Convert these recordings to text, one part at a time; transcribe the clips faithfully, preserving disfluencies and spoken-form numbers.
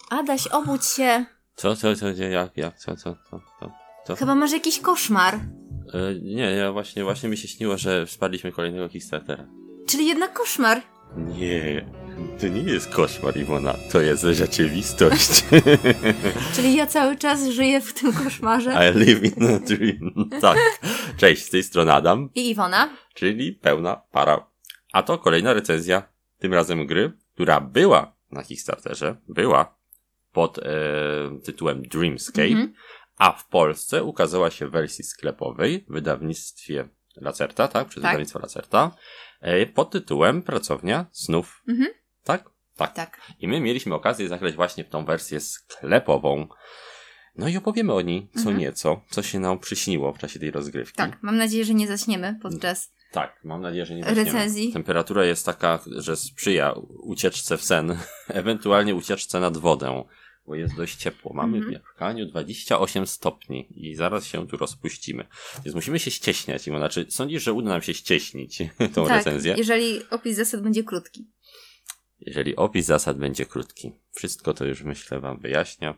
Adaś, obudź się. Co, co, co, gdzie, jak, jak, co, co, co, co, co? Chyba masz jakiś koszmar. E, nie, ja właśnie, właśnie mi się śniło, że wsparliśmy kolejnego Kickstartera. Czyli jednak koszmar. Nie, to nie jest koszmar, Iwona, to jest rzeczywistość. Czyli ja cały czas żyję w tym koszmarze. I live in a dream. Tak. Cześć, z tej strony Adam. I Iwona. Czyli pełna para. A to kolejna recenzja, tym razem gry, która była na Kickstarterze, była pod e, tytułem Dreamscape, mm-hmm. a w Polsce ukazała się w wersji sklepowej w wydawnictwie Lacerta, tak? Przez tak. wydawnictwo Lacerta, e, pod tytułem Pracownia Snów. Mm-hmm. Tak? tak? Tak. I my mieliśmy okazję zagrać właśnie w tą wersję sklepową. No i opowiemy o niej co mm-hmm. nieco, co się nam przyśniło w czasie tej rozgrywki. Tak, mam nadzieję, że nie zaśniemy podczas Tak, mam nadzieję, że nie zaczniemy. recenzji. Temperatura jest taka, że sprzyja ucieczce w sen, ewentualnie ucieczce nad wodę, bo jest dość ciepło. Mamy mm-hmm. w mieszkaniu dwadzieścia osiem stopni i zaraz się tu rozpuścimy. Więc musimy się ścieśniać. Znaczy, sądzisz, że uda nam się ścieśnić tą tak, recenzję? jeżeli opis zasad będzie krótki. Jeżeli opis zasad będzie krótki. Wszystko to już, myślę, wam wyjaśnia.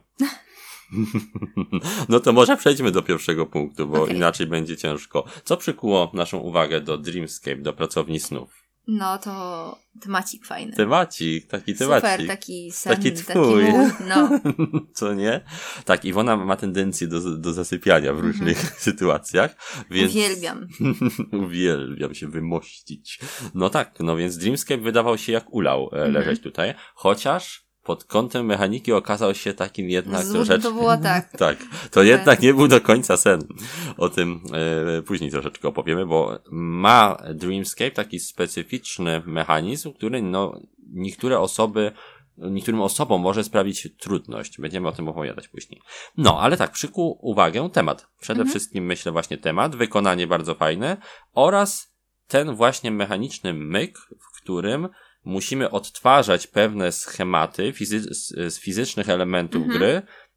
No to może przejdźmy do pierwszego punktu, bo okay. inaczej będzie ciężko. Co przykuło naszą uwagę do Dreamscape, do pracowni snów? No to temacik fajny. Temacik, taki temacik. Super, taki sen, taki twój. Taki mój, no. Co nie? Tak, Iwona ma tendencję do, do zasypiania w różnych mm-hmm. sytuacjach, więc... Uwielbiam. Uwielbiam się wymościć. No tak, no więc Dreamscape wydawał się jak ulał e, leżeć mm-hmm. tutaj, chociaż pod kątem mechaniki okazał się takim jednak Zło, troszeczkę... To było tak. tak, to jednak nie był do końca sen. O tym e, później troszeczkę opowiemy, bo ma Dreamscape taki specyficzny mechanizm, który no niektóre osoby, niektórym osobom może sprawić trudność. Będziemy o tym opowiadać później. No, ale tak, przykuł uwagę temat. Przede mhm. wszystkim myślę właśnie temat, wykonanie bardzo fajne oraz ten właśnie mechaniczny myk, w którym musimy odtwarzać pewne schematy fizy- z fizycznych elementów mhm. gry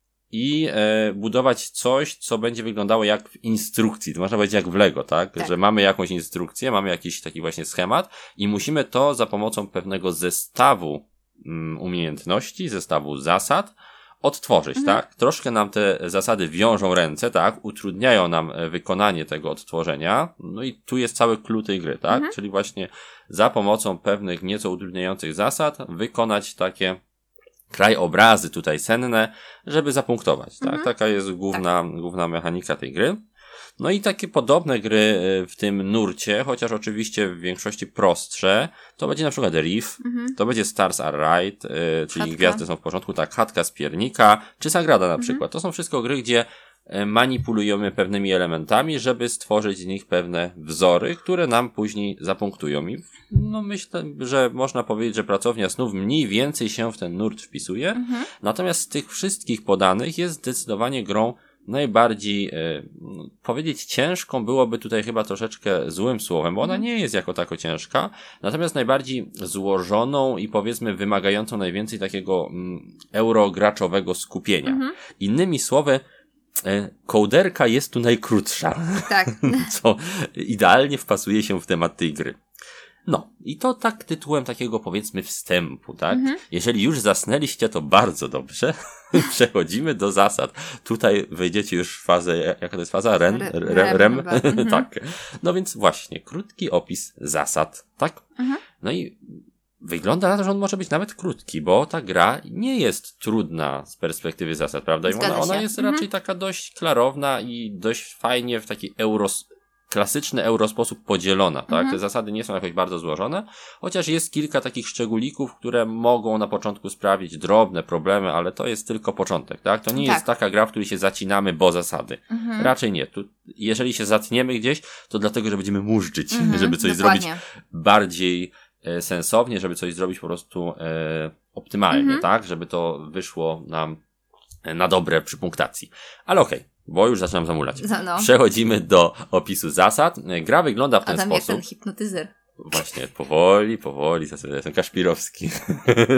i e, budować coś, co będzie wyglądało jak w instrukcji. To można powiedzieć jak w Lego, tak? tak? Że mamy jakąś instrukcję, mamy jakiś taki właśnie schemat i musimy to za pomocą pewnego zestawu um, umiejętności, zestawu zasad odtworzyć, mhm. tak? Troszkę nam te zasady wiążą ręce, tak? Utrudniają nam wykonanie tego odtworzenia. No i tu jest cały clue tej gry, tak? Mhm. Czyli właśnie za pomocą pewnych nieco utrudniających zasad wykonać takie krajobrazy tutaj senne, żeby zapunktować, tak? Mhm. Taka jest główna, tak. główna mechanika tej gry. No i takie podobne gry w tym nurcie, chociaż oczywiście w większości prostsze, to będzie na przykład Reef, mhm. to będzie Stars Are Right, y, czyli Chatka. Gwiazdy są w porządku, tak, Chatka z Piernika, czy Sagrada na mhm. przykład. To są wszystko gry, gdzie manipulujemy pewnymi elementami, żeby stworzyć z nich pewne wzory, które nam później zapunktują. I no myślę, że można powiedzieć, że Pracownia Snów mniej więcej się w ten nurt wpisuje, mhm. natomiast z tych wszystkich podanych jest zdecydowanie grą najbardziej, e, powiedzieć ciężką byłoby tutaj chyba troszeczkę złym słowem, bo ona nie jest jako tako ciężka, natomiast najbardziej złożoną i powiedzmy wymagającą najwięcej takiego mm, eurograczowego skupienia. Mhm. Innymi słowy, e, kołderka jest tu najkrótsza. Tak. Co idealnie wpasuje się w temat tej gry. No, i to tak tytułem takiego powiedzmy wstępu, tak? Mhm. Jeżeli już zasnęliście, to bardzo dobrze. Przechodzimy do zasad. Tutaj wejdziecie już w fazę, jaka to jest faza? Ren? Re, rem? rem, rem? Mhm. Tak. No więc właśnie, krótki opis zasad, tak? Mhm. No i wygląda na to, że on może być nawet krótki, bo ta gra nie jest trudna z perspektywy zasad, prawda? I ona, ona jest mhm. raczej taka dość klarowna i dość fajnie w taki euros klasyczny eurosposób podzielona, tak? Mhm. Te zasady nie są jakoś bardzo złożone, chociaż jest kilka takich szczególików, które mogą na początku sprawić drobne problemy, ale to jest tylko początek, tak? To nie tak. jest taka gra, w której się zacinamy, bo zasady. Mhm. Raczej nie. Tu, jeżeli się zatniemy gdzieś, to dlatego, że będziemy mużdżyć, mhm. żeby coś Dokładnie. zrobić bardziej e, sensownie, żeby coś zrobić po prostu e, optymalnie, mhm. tak? Żeby to wyszło nam na dobre przy punktacji. Ale okej. Okay. Bo już zaczynam zamulać. No. Przechodzimy do opisu zasad. Gra wygląda w ten Adam sposób. Jak ten hipnotyzer. Właśnie, powoli, powoli. Jestem Kaszpirowski.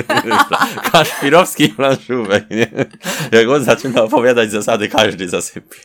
Kaszpirowski planszówek, nie? Jak on zaczyna opowiadać zasady, każdy zasypia.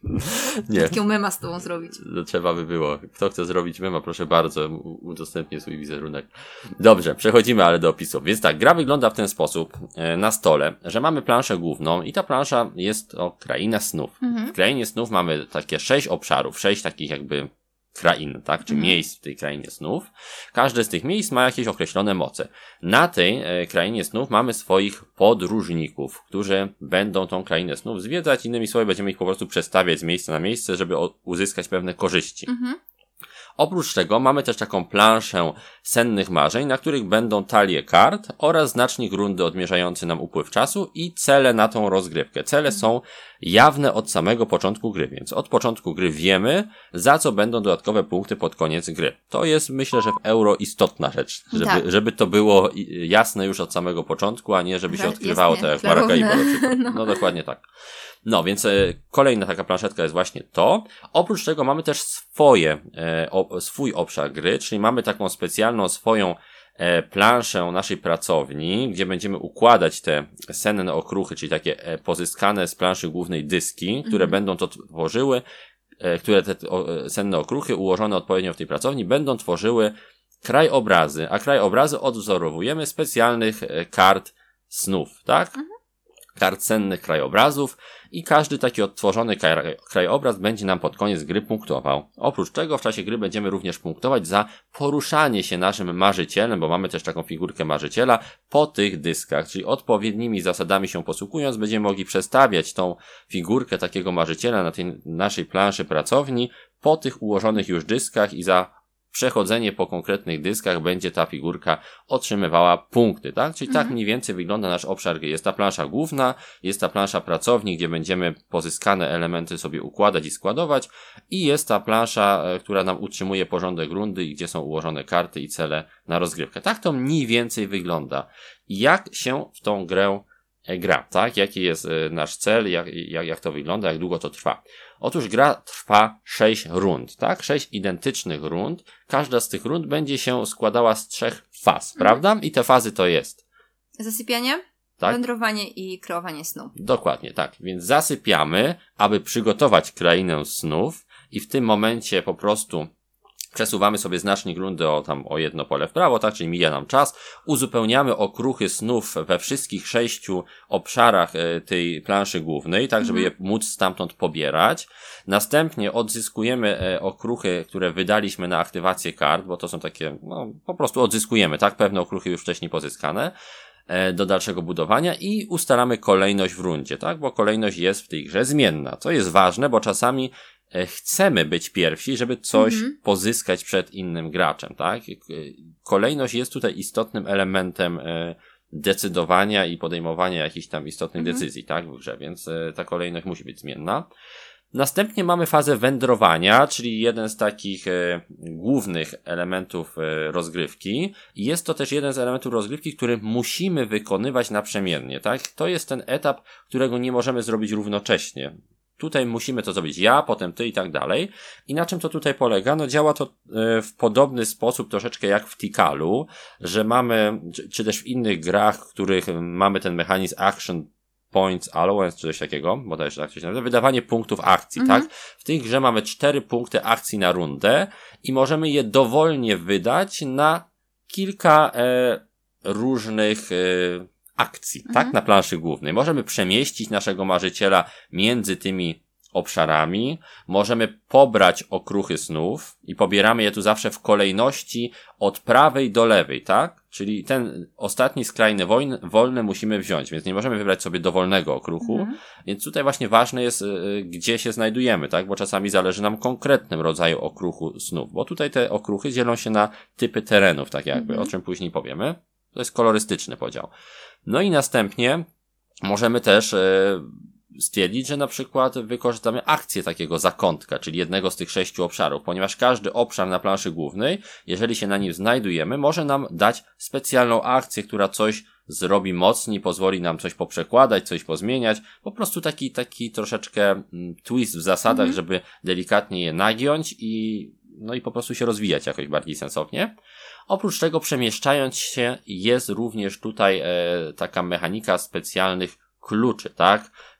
Nie. Takiego mema z tobą zrobić. No, trzeba by było. Kto chce zrobić mema, proszę bardzo, udostępnię swój wizerunek. Dobrze, przechodzimy ale do opisów. Więc tak, gra wygląda w ten sposób e, na stole, że mamy planszę główną i ta plansza jest o kraina snów. Mhm. W krainie snów mamy takie sześć obszarów, sześć takich jakby krain, tak, czy Mhm. miejsc w tej krainie snów. Każde z tych miejsc ma jakieś określone moce. Na tej e, krainie snów mamy swoich podróżników, którzy będą tą krainę snów zwiedzać. Innymi słowy, będziemy ich po prostu przestawiać z miejsca na miejsce, żeby o, uzyskać pewne korzyści. Mhm. Oprócz tego mamy też taką planszę sennych marzeń, na których będą talie kart oraz znacznik rundy odmierzający nam upływ czasu i cele na tą rozgrywkę. Cele są jawne od samego początku gry, więc od początku gry wiemy, za co będą dodatkowe punkty pod koniec gry. To jest, myślę, że w euro istotna rzecz, żeby, Tak. żeby to było jasne już od samego początku, a nie żeby się Ra- odkrywało jasne, tak jak Maracaibo na klarowne. przykład. No. No dokładnie tak. No, więc e, kolejna taka planszetka jest właśnie to. Oprócz tego mamy też swoje, e, o, swój obszar gry, czyli mamy taką specjalną swoją e, planszę naszej pracowni, gdzie będziemy układać te senne okruchy, czyli takie e, pozyskane z planszy głównej dyski, które Mhm. będą to tworzyły, e, które te o, senne okruchy ułożone odpowiednio w tej pracowni będą tworzyły krajobrazy, a krajobrazy odwzorowujemy specjalnych e, kart snów, tak? Mhm. Kart sennych krajobrazów i każdy taki odtworzony kraj- krajobraz będzie nam pod koniec gry punktował. Oprócz czego w czasie gry będziemy również punktować za poruszanie się naszym marzycielem, bo mamy też taką figurkę marzyciela po tych dyskach, czyli odpowiednimi zasadami się posługując będziemy mogli przestawiać tą figurkę takiego marzyciela na tej naszej planszy pracowni po tych ułożonych już dyskach i za przechodzenie po konkretnych dyskach będzie ta figurka otrzymywała punkty, tak? Czyli Mhm. tak mniej więcej wygląda nasz obszar gry. Jest ta plansza główna, jest ta plansza pracowni, gdzie będziemy pozyskane elementy sobie układać i składować i jest ta plansza, e, która nam utrzymuje porządek rundy i gdzie są ułożone karty i cele na rozgrywkę. Tak to mniej więcej wygląda. Jak się w tą grę e, gra, tak? Jaki jest e, nasz cel, jak, jak, jak to wygląda, jak długo to trwa. Otóż gra trwa sześć rund, tak? sześć identycznych rund. Każda z tych rund będzie się składała z trzech faz, prawda? I te fazy to jest, Zasypianie, tak? wędrowanie i kreowanie snu. Dokładnie, tak. Więc zasypiamy, aby przygotować krainę snów i w tym momencie po prostu przesuwamy sobie znacznik rundy o tam o jedno pole w prawo, tak, czyli mija nam czas, uzupełniamy okruchy snów we wszystkich sześciu obszarach e, tej planszy głównej, tak, żeby je móc stamtąd pobierać. Następnie odzyskujemy e, okruchy, które wydaliśmy na aktywację kart, bo to są takie, no, po prostu odzyskujemy, tak, pewne okruchy już wcześniej pozyskane e, do dalszego budowania i ustalamy kolejność w rundzie, tak, bo kolejność jest w tej grze zmienna, co jest ważne, bo czasami chcemy być pierwsi, żeby coś Mhm. pozyskać przed innym graczem, tak? Kolejność jest tutaj istotnym elementem e, decydowania i podejmowania jakichś tam istotnych Mhm. decyzji, tak? W grze, więc e, ta kolejność musi być zmienna. Następnie mamy fazę wędrowania, czyli jeden z takich e, głównych elementów e, rozgrywki. I jest to też jeden z elementów rozgrywki, który musimy wykonywać naprzemiennie, tak? To jest ten etap, którego nie możemy zrobić równocześnie. Tutaj musimy to zrobić ja, potem ty i tak dalej. I na czym to tutaj polega? No działa to e, w podobny sposób troszeczkę jak w Tikalu, że mamy, czy, czy też w innych grach, w których mamy ten mechanizm Action Points Allowance, czy coś takiego, bo to jeszcze tak się nazywa, wydawanie punktów akcji, Mhm. tak? W tej grze mamy cztery punkty akcji na rundę i możemy je dowolnie wydać na kilka e, różnych e, akcji, Mhm. tak? Na planszy głównej. Możemy przemieścić naszego marzyciela między tymi obszarami, możemy pobrać okruchy snów i pobieramy je tu zawsze w kolejności od prawej do lewej, tak? Czyli ten ostatni skrajny wojn, wolny musimy wziąć, więc nie możemy wybrać sobie dowolnego okruchu, Mhm. więc tutaj właśnie ważne jest, y, gdzie się znajdujemy, tak? Bo czasami zależy nam konkretnym rodzaju okruchu snów, bo tutaj te okruchy dzielą się na typy terenów, tak jakby, Mhm. o czym później powiemy. To jest kolorystyczny podział. No i następnie możemy też e, stwierdzić, że na przykład wykorzystamy akcję takiego zakątka, czyli jednego z tych sześciu obszarów, ponieważ każdy obszar na planszy głównej, jeżeli się na nim znajdujemy, może nam dać specjalną akcję, która coś zrobi mocniej, pozwoli nam coś poprzekładać, coś pozmieniać, po prostu taki, taki troszeczkę mm, twist w zasadach, Mhm. żeby delikatnie je nagiąć i no i po prostu się rozwijać jakoś bardziej sensownie. Oprócz tego przemieszczając się jest również tutaj e, taka mechanika specjalnych kluczy, tak?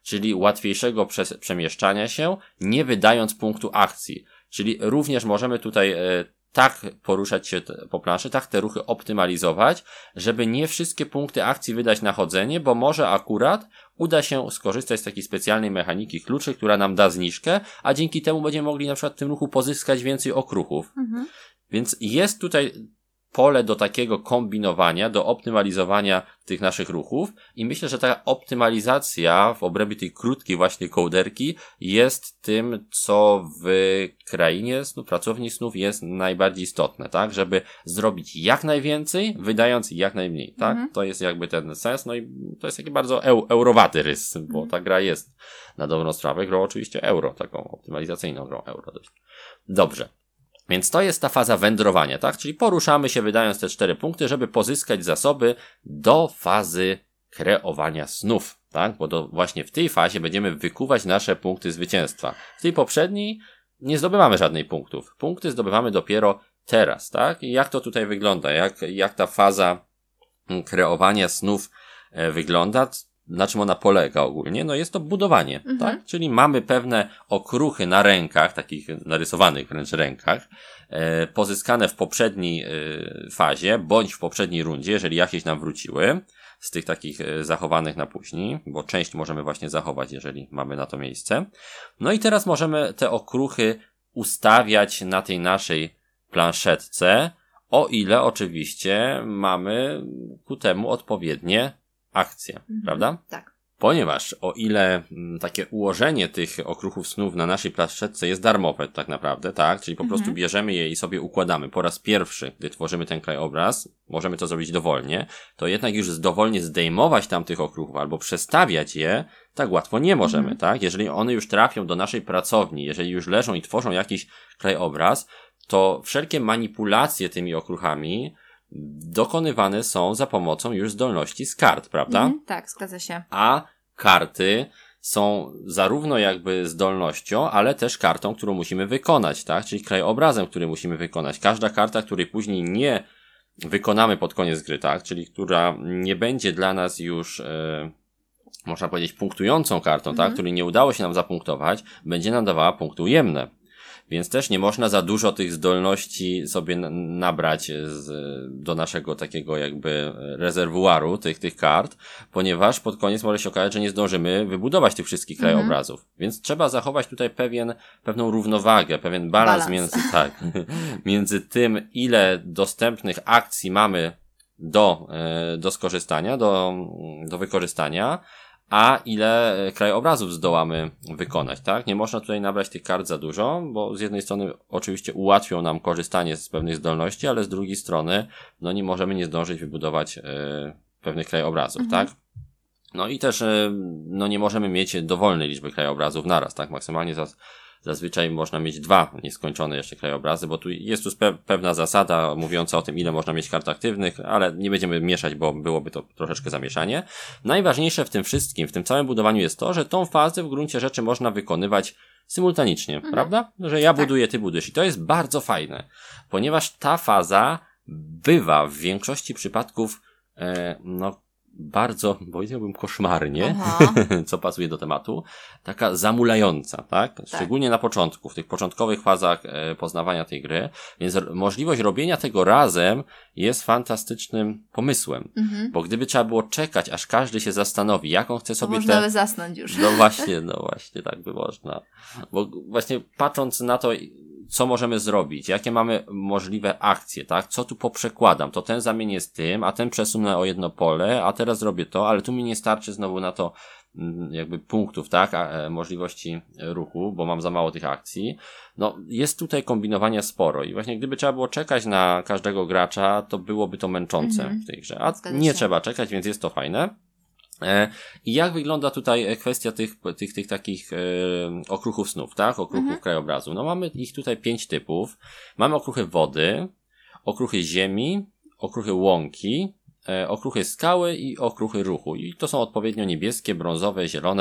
czyli łatwiejszego przes- przemieszczania się, nie wydając punktu akcji. Czyli również możemy tutaj e, tak poruszać się t- po planszy, tak te ruchy optymalizować, żeby nie wszystkie punkty akcji wydać na chodzenie, bo może akurat uda się skorzystać z takiej specjalnej mechaniki kluczy, która nam da zniżkę, a dzięki temu będziemy mogli na przykład w tym ruchu pozyskać więcej okruchów. Mhm. Więc jest tutaj pole do takiego kombinowania, do optymalizowania tych naszych ruchów i myślę, że ta optymalizacja w obrębie tej krótkiej właśnie kołderki jest tym, co w krainie snów, pracowni snów jest najbardziej istotne, tak? Żeby zrobić jak najwięcej, wydając jak najmniej, tak? Mhm. To jest jakby ten sens, no i to jest taki bardzo eu- eurowaty rys, bo mhm. ta gra jest na dobrą sprawę grą oczywiście euro, taką optymalizacyjną grą euro dość. Dobrze. Więc to jest ta faza wędrowania, tak? Czyli poruszamy się wydając te cztery punkty, żeby pozyskać zasoby do fazy kreowania snów, tak? Bo do, właśnie w tej fazie będziemy wykuwać nasze punkty zwycięstwa. W tej poprzedniej nie zdobywamy żadnych punktów. Punkty zdobywamy dopiero teraz, tak? I jak to tutaj wygląda? Jak, jak ta faza kreowania snów e, wygląda? Na czym ona polega ogólnie? No jest to budowanie, mhm. tak? Czyli mamy pewne okruchy na rękach, takich narysowanych wręcz rękach, e, pozyskane w poprzedniej e, fazie, bądź w poprzedniej rundzie, jeżeli jakieś nam wróciły, z tych takich e, zachowanych na później, bo część możemy właśnie zachować, jeżeli mamy na to miejsce. No i teraz możemy te okruchy ustawiać na tej naszej planszetce, o ile oczywiście mamy ku temu odpowiednie akcje, mhm, prawda? Tak. Ponieważ o ile m, takie ułożenie tych okruchów snów na naszej planszetce jest darmowe tak naprawdę, tak? Czyli po mhm. prostu bierzemy je i sobie układamy. Po raz pierwszy, gdy tworzymy ten krajobraz, możemy to zrobić dowolnie, to jednak już dowolnie zdejmować tam tych okruchów albo przestawiać je, tak łatwo nie możemy, mhm. tak? Jeżeli one już trafią do naszej pracowni, jeżeli już leżą i tworzą jakiś krajobraz, to wszelkie manipulacje tymi okruchami dokonywane są za pomocą już zdolności z kart, prawda? Mm, tak, zgadza się. A karty są zarówno jakby zdolnością, ale też kartą, którą musimy wykonać, tak? Czyli krajobrazem, który musimy wykonać. Każda karta, której później nie wykonamy pod koniec gry, tak? Czyli która nie będzie dla nas już, e, można powiedzieć, punktującą kartą, mm-hmm. tak? Której nie udało się nam zapunktować, będzie nam dawała punkty ujemne. Więc też nie można za dużo tych zdolności sobie nabrać z, do naszego takiego jakby rezerwuaru tych, tych kart, ponieważ pod koniec może się okazać, że nie zdążymy wybudować tych wszystkich mhm. krajobrazów. Więc trzeba zachować tutaj pewien, pewną równowagę, pewien balans, balans. między, tak, między tym, ile dostępnych akcji mamy do, do skorzystania, do, do wykorzystania, a ile krajobrazów zdołamy wykonać, tak? Nie można tutaj nabrać tych kart za dużo, bo z jednej strony oczywiście ułatwią nam korzystanie z pewnych zdolności, ale z drugiej strony, no nie możemy nie zdążyć wybudować e, pewnych krajobrazów, mhm. tak? No i też, e, no nie możemy mieć dowolnej liczby krajobrazów naraz, tak? Maksymalnie zaz- zazwyczaj można mieć dwa nieskończone jeszcze krajobrazy, bo tu jest tu pe- pewna zasada mówiąca o tym, ile można mieć kart aktywnych, ale nie będziemy mieszać, bo byłoby to troszeczkę zamieszanie. Najważniejsze w tym wszystkim, w tym całym budowaniu jest to, że tą fazę w gruncie rzeczy można wykonywać symultanicznie, mhm. prawda? Że ja buduję, ty budujesz. I to jest bardzo fajne, ponieważ ta faza bywa w większości przypadków, e, no, bardzo, powiedziałbym koszmarnie, co pasuje do tematu, taka zamulająca, tak? Szczególnie tak. na początku, w tych początkowych fazach e, poznawania tej gry, więc r- możliwość robienia tego razem jest fantastycznym pomysłem, mhm. bo gdyby trzeba było czekać, aż każdy się zastanowi, jaką chce sobie to te... można by zasnąć już. No właśnie, no właśnie, tak by można. Bo właśnie patrząc na to, co możemy zrobić, jakie mamy możliwe akcje, tak? Co tu poprzekładam? To ten zamienię z tym, a ten przesunę o jedno pole, a teraz zrobię to, ale tu mi nie starczy znowu na to jakby punktów, tak? A, e, możliwości ruchu, bo mam za mało tych akcji. No, jest tutaj kombinowania sporo i właśnie gdyby trzeba było czekać na każdego gracza, to byłoby to męczące mhm. w tej grze. A Zgadza nie się. trzeba czekać, więc jest to fajne. I jak wygląda tutaj kwestia tych, tych, tych takich e, okruchów snów, tak? Okruchów mhm. krajobrazu. No mamy ich tutaj pięć typów. Mamy okruchy wody, okruchy ziemi, okruchy łąki, e, okruchy skały i okruchy ruchu. I to są odpowiednio niebieskie, brązowe, zielone,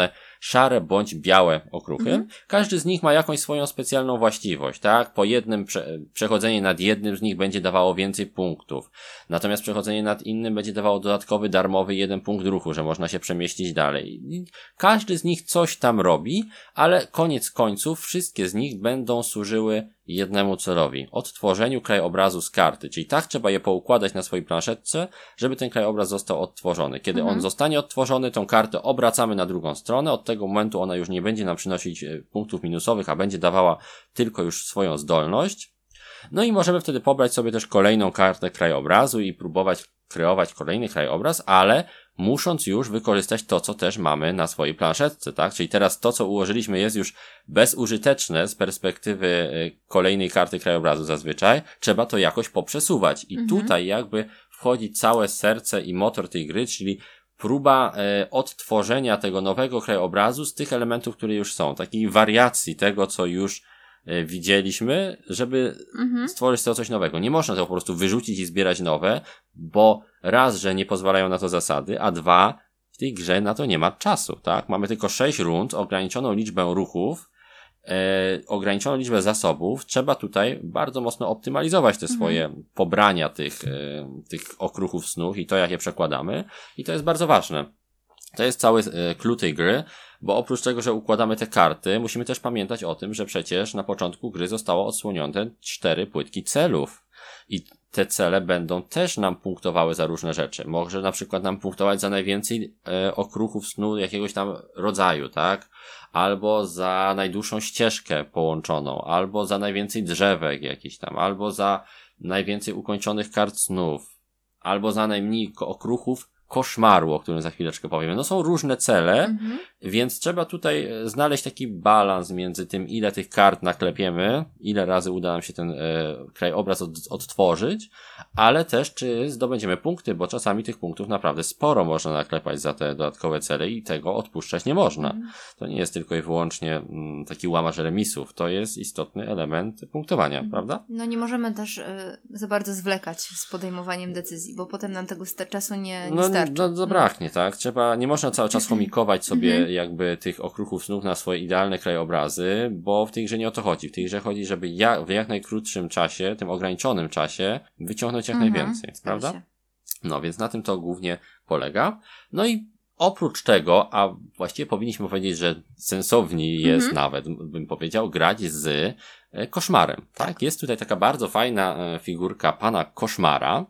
szare bądź białe okruchy. Mhm. Każdy z nich ma jakąś swoją specjalną właściwość, tak? Po jednym prze- przechodzenie nad jednym z nich będzie dawało więcej punktów. Natomiast przechodzenie nad innym będzie dawało dodatkowy, darmowy jeden punkt ruchu, że można się przemieścić dalej. I każdy z nich coś tam robi, ale koniec końców wszystkie z nich będą służyły jednemu celowi. Odtworzeniu krajobrazu z karty. Czyli tak trzeba je poukładać na swojej planszetce, żeby ten krajobraz został odtworzony. Kiedy mhm. on zostanie odtworzony, tą kartę obracamy na drugą stronę. Od tego momentu ona już nie będzie nam przynosić punktów minusowych, a będzie dawała tylko już swoją zdolność. No i możemy wtedy pobrać sobie też kolejną kartę krajobrazu i próbować kreować kolejny krajobraz, ale musząc już wykorzystać to, co też mamy na swojej planszetce, tak? Czyli teraz to, co ułożyliśmy, jest już bezużyteczne z perspektywy kolejnej karty krajobrazu zazwyczaj. Trzeba to jakoś poprzesuwać. I mhm. tutaj jakby wchodzi całe serce i motor tej gry, czyli próba e, odtworzenia tego nowego krajobrazu z tych elementów, które już są. Takiej wariacji tego, co już e, widzieliśmy, żeby mhm. stworzyć to coś nowego. Nie można tego po prostu wyrzucić i zbierać nowe, bo raz, że nie pozwalają na to zasady, a dwa, w tej grze na to nie ma czasu, tak? Mamy tylko sześć rund, ograniczoną liczbę ruchów, e, ograniczoną liczbę zasobów. Trzeba tutaj bardzo mocno optymalizować te swoje mhm. pobrania tych, e, tych okruchów snów i to, jak je przekładamy. I to jest bardzo ważne. To jest cały e, clue tej gry, bo oprócz tego, że układamy te karty, musimy też pamiętać o tym, że przecież na początku gry zostało odsłonione cztery płytki celów. I te cele będą też nam punktowały za różne rzeczy. Może na przykład nam punktować za najwięcej e, okruchów snu jakiegoś tam rodzaju, tak? Albo za najdłuższą ścieżkę połączoną, albo za najwięcej drzewek jakichś tam, albo za najwięcej ukończonych kart snów, albo za najmniej okruchów koszmaru, o którym za chwileczkę powiemy. No są różne cele, mhm. więc trzeba tutaj znaleźć taki balans między tym, ile tych kart naklepiemy, ile razy uda nam się ten e, krajobraz od, odtworzyć, ale też czy zdobędziemy punkty, bo czasami tych punktów naprawdę sporo można naklepać za te dodatkowe cele i tego odpuszczać nie można. Mhm. To nie jest tylko i wyłącznie m, taki łamacz remisów, to jest istotny element punktowania, mhm. prawda? No nie możemy też y, za bardzo zwlekać z podejmowaniem decyzji, bo potem nam tego sta- czasu nie, nie no, starczy. No zabraknie, tak? Trzeba, nie można cały czas chomikować sobie mm-hmm. jakby tych okruchów snów na swoje idealne krajobrazy, bo w tej grze nie o to chodzi. W tej grze chodzi, żeby ja, w jak najkrótszym czasie, tym ograniczonym czasie, wyciągnąć jak mm-hmm. najwięcej, prawda? Się. No więc na tym to głównie polega. No i oprócz tego, a właściwie powinniśmy powiedzieć, że sensowniej jest mm-hmm. nawet, bym powiedział, grać z koszmarem, tak? Jest tutaj taka bardzo fajna figurka pana koszmara.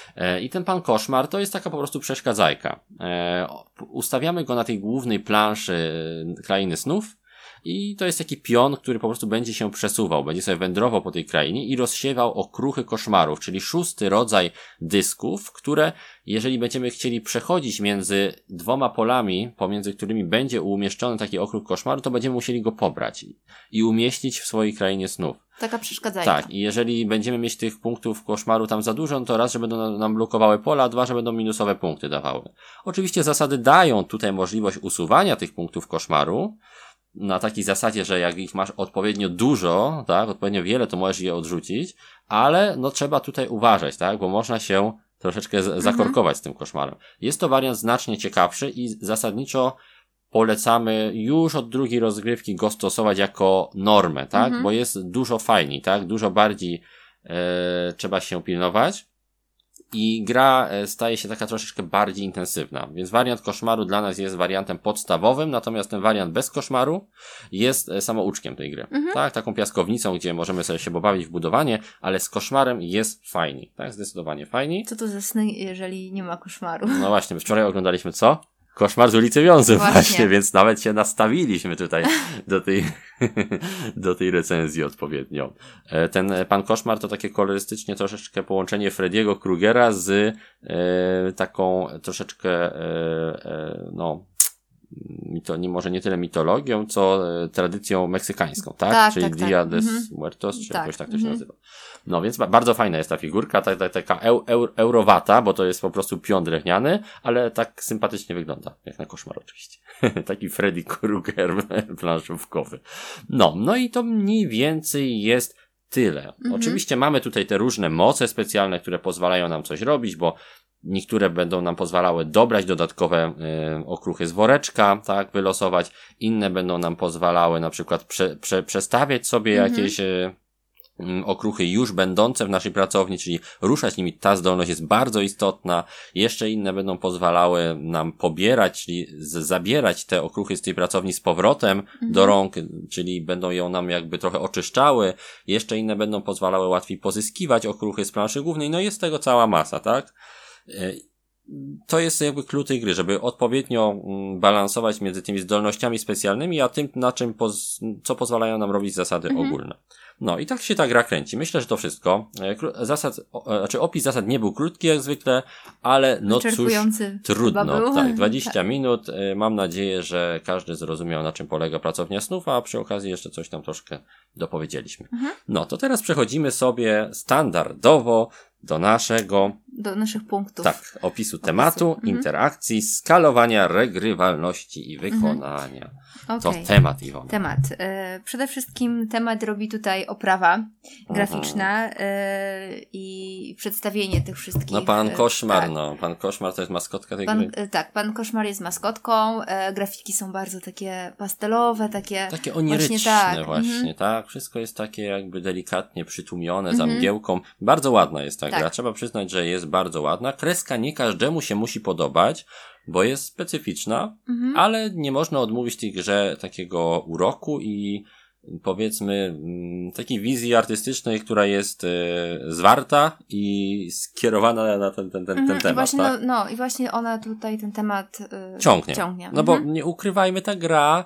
I ten pan koszmar to jest taka po prostu przeszkadzajka. E, ustawiamy go na tej głównej planszy krainy snów i to jest taki pion, który po prostu będzie się przesuwał, będzie sobie wędrował po tej krainie i rozsiewał okruchy koszmarów, czyli szósty rodzaj dysków, które jeżeli będziemy chcieli przechodzić między dwoma polami, pomiędzy którymi będzie umieszczony taki okruch koszmaru, to będziemy musieli go pobrać i umieścić w swojej krainie snów. Taka przeszkadzajka. Tak, i jeżeli będziemy mieć tych punktów koszmaru tam za dużo, no to raz, że będą nam blokowały pola, a dwa, że będą minusowe punkty dawały. Oczywiście zasady dają tutaj możliwość usuwania tych punktów koszmaru, na takiej zasadzie, że jak ich masz odpowiednio dużo, tak, odpowiednio wiele, to możesz je odrzucić, ale no trzeba tutaj uważać, tak, bo można się troszeczkę z- zakorkować mhm. z tym koszmarem. Jest to wariant znacznie ciekawszy i zasadniczo polecamy już od drugiej rozgrywki go stosować jako normę, tak, mhm. bo jest dużo fajniej, tak, dużo bardziej e, trzeba się pilnować. I gra staje się taka troszeczkę bardziej intensywna, więc wariant koszmaru dla nas jest wariantem podstawowym, natomiast ten wariant bez koszmaru jest samouczkiem tej gry. Mhm. Tak, taką piaskownicą, gdzie możemy sobie się pobawić w budowanie, ale z koszmarem jest fajniej, tak, zdecydowanie fajniej. Co to za sny, jeżeli nie ma koszmaru? No właśnie, wczoraj oglądaliśmy co? Koszmar z ulicy Wiązy właśnie. właśnie, więc nawet się nastawiliśmy tutaj do tej, do tej recenzji odpowiednio. Ten pan Koszmar to takie kolorystycznie troszeczkę połączenie Freddy'ego Krugera z e, taką troszeczkę e, e, no mito, nie, może nie tyle mitologią, co e, tradycją meksykańską, tak? tak Czyli tak, Dia tak. de Mhm. Muertos, czy tak. jakoś tak to się mhm. nazywa. No więc ba- bardzo fajna jest ta figurka, ta, ta, taka eu, eu, eurowata, bo to jest po prostu pion drewniany, ale tak sympatycznie wygląda, jak na koszmar oczywiście. Taki Freddy Krueger planszówkowy. No, no i to mniej więcej jest tyle. Mhm. Oczywiście mamy tutaj te różne moce specjalne, które pozwalają nam coś robić, bo niektóre będą nam pozwalały dobrać dodatkowe y, okruchy z woreczka, tak, wylosować. Inne będą nam pozwalały na przykład prze, prze, przestawiać sobie mhm. jakieś y, okruchy już będące w naszej pracowni, czyli ruszać nimi. Ta zdolność jest bardzo istotna. Jeszcze inne będą pozwalały nam pobierać, czyli z- zabierać te okruchy z tej pracowni z powrotem mhm. do rąk, czyli będą ją nam jakby trochę oczyszczały. Jeszcze inne będą pozwalały łatwiej pozyskiwać okruchy z planszy głównej. No jest tego cała masa, tak? To jest jakby klucz tej gry, żeby odpowiednio balansować między tymi zdolnościami specjalnymi, a tym, na czym, poz- co pozwalają nam robić zasady mhm. ogólne. No i tak się ta gra kręci. Myślę, że to wszystko. Zasad, o, znaczy opis zasad nie był krótki jak zwykle, ale no cóż, trudno. Tak, dwadzieścia tak. minut. Mam nadzieję, że każdy zrozumiał, na czym polega pracownia snów, a przy okazji jeszcze coś tam troszkę dopowiedzieliśmy. Mhm. No to teraz przechodzimy sobie standardowo do naszego do naszych punktów. Tak, opisu tematu, mhm. interakcji, skalowania, regrywalności i wykonania. Mhm. Okay. To temat, Iwona. Temat. E, przede wszystkim temat robi tutaj oprawa graficzna mhm. e, i przedstawienie tych wszystkich. No pan Koszmar, tak. no. Pan Koszmar to jest maskotka tej pan, gry. E, tak, pan Koszmar jest maskotką. E, grafiki są bardzo takie pastelowe, takie... Takie oniryczne właśnie, tak. właśnie mhm. tak. Wszystko jest takie jakby delikatnie przytłumione, mhm. za mgiełką. Bardzo ładna jest ta tak. gra. Trzeba przyznać, że jest bardzo ładna. Kreska nie każdemu się musi podobać, bo jest specyficzna, mhm. ale nie można odmówić tej grze takiego uroku i powiedzmy takiej wizji artystycznej, która jest e, zwarta i skierowana na ten, ten, ten, mhm. ten temat. I właśnie, tak? no, no i właśnie ona tutaj ten temat e, ciągnie. ciągnie. No mhm. bo nie ukrywajmy, ta gra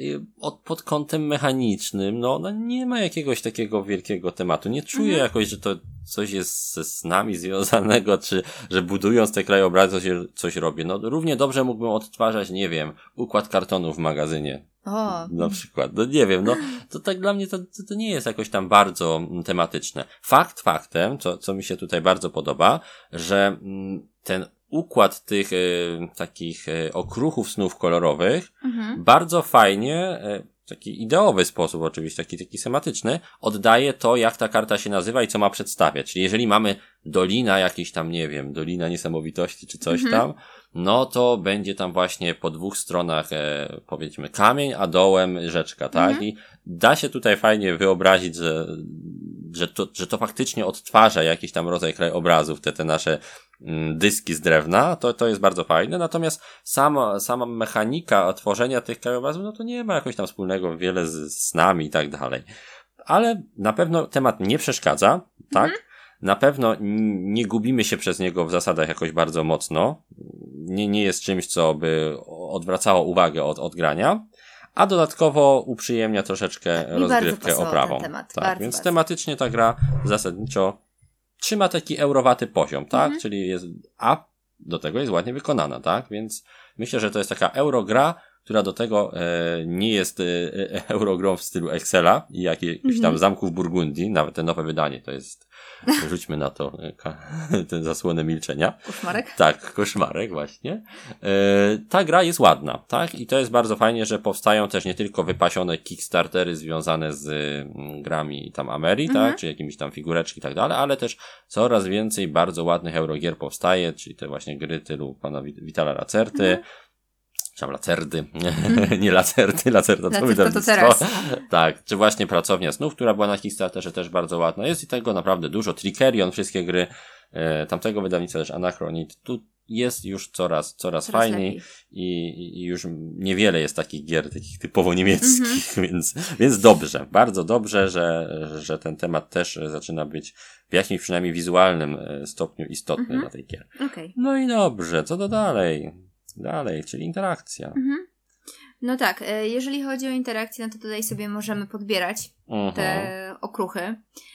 od, pod kątem mechanicznym, no ona nie ma jakiegoś takiego wielkiego tematu. Nie czuję mhm. jakoś, że to coś jest ze snami związanego, czy że budując te krajobrazy coś, coś robię. No równie dobrze mógłbym odtwarzać, nie wiem, układ kartonu w magazynie. O. Na przykład. No nie wiem, no to tak dla mnie to, to, to nie jest jakoś tam bardzo tematyczne. Fakt faktem, co, co mi się tutaj bardzo podoba, że ten układ tych y, takich y, okruchów snów kolorowych mhm. bardzo fajnie, y, w taki ideowy sposób oczywiście, taki, taki schematyczny, oddaje to, jak ta karta się nazywa i co ma przedstawiać. Czyli jeżeli mamy dolina jakiś tam, nie wiem, Dolina Niesamowitości czy coś mhm. tam, no to będzie tam właśnie po dwóch stronach e, powiedzmy kamień, a dołem rzeczka, tak? Mhm. I da się tutaj fajnie wyobrazić, że, że, to, że to faktycznie odtwarza jakiś tam rodzaj krajobrazów, te, te nasze mm, dyski z drewna, to, to jest bardzo fajne, natomiast sama, sama mechanika tworzenia tych krajobrazów, no to nie ma jakoś tam wspólnego wiele z snami i tak dalej. Ale na pewno temat nie przeszkadza, tak? Mhm. Na pewno nie gubimy się przez niego w zasadach jakoś bardzo mocno. Nie, nie jest czymś, co by odwracało uwagę od, od grania. A dodatkowo uprzyjemnia troszeczkę tak, rozgrywkę oprawą. Temat, tak, bardzo, więc bardzo. Tematycznie ta gra zasadniczo trzyma taki eurowaty poziom, tak? Mhm. Czyli jest, a do tego jest ładnie wykonana, tak? Więc myślę, że to jest taka eurogra, która do tego e, nie jest e, eurogrą w stylu Excela i jakichś mm-hmm. tam zamków Burgundii, nawet te nowe wydanie to jest, rzućmy na to e, tę zasłonę milczenia. Koszmarek? Tak, koszmarek właśnie. E, ta gra jest ładna, tak? I to jest bardzo fajnie, że powstają też nie tylko wypasione kickstartery związane z m, grami tam Ameri, mm-hmm. tak? Czy jakimiś tam figureczki i tak dalej, ale też coraz więcej bardzo ładnych eurogier powstaje, czyli te właśnie gry tylu pana Vitala Lacerty, mm-hmm. Tam Lacerdy, mm. nie Lacerty, Lacerta to wydawnictwo. Tak, czy właśnie Pracownia Snów, która była na Kickstarterze też bardzo ładna. Jest i tego naprawdę dużo. Trickerion, wszystkie gry e, tamtego wydawnictwa, też Anachronit. Tu jest już coraz, coraz, coraz fajniej i, i już niewiele jest takich gier, takich typowo niemieckich, mm-hmm. więc, więc dobrze, bardzo dobrze, że, że ten temat też zaczyna być w jakimś przynajmniej wizualnym stopniu istotny mm-hmm. dla tej gier. Okay. No i dobrze, co do dalej? Dalej, czyli interakcja. Mhm. No tak, jeżeli chodzi o interakcję, no to tutaj sobie możemy podbierać mhm. te okruchy.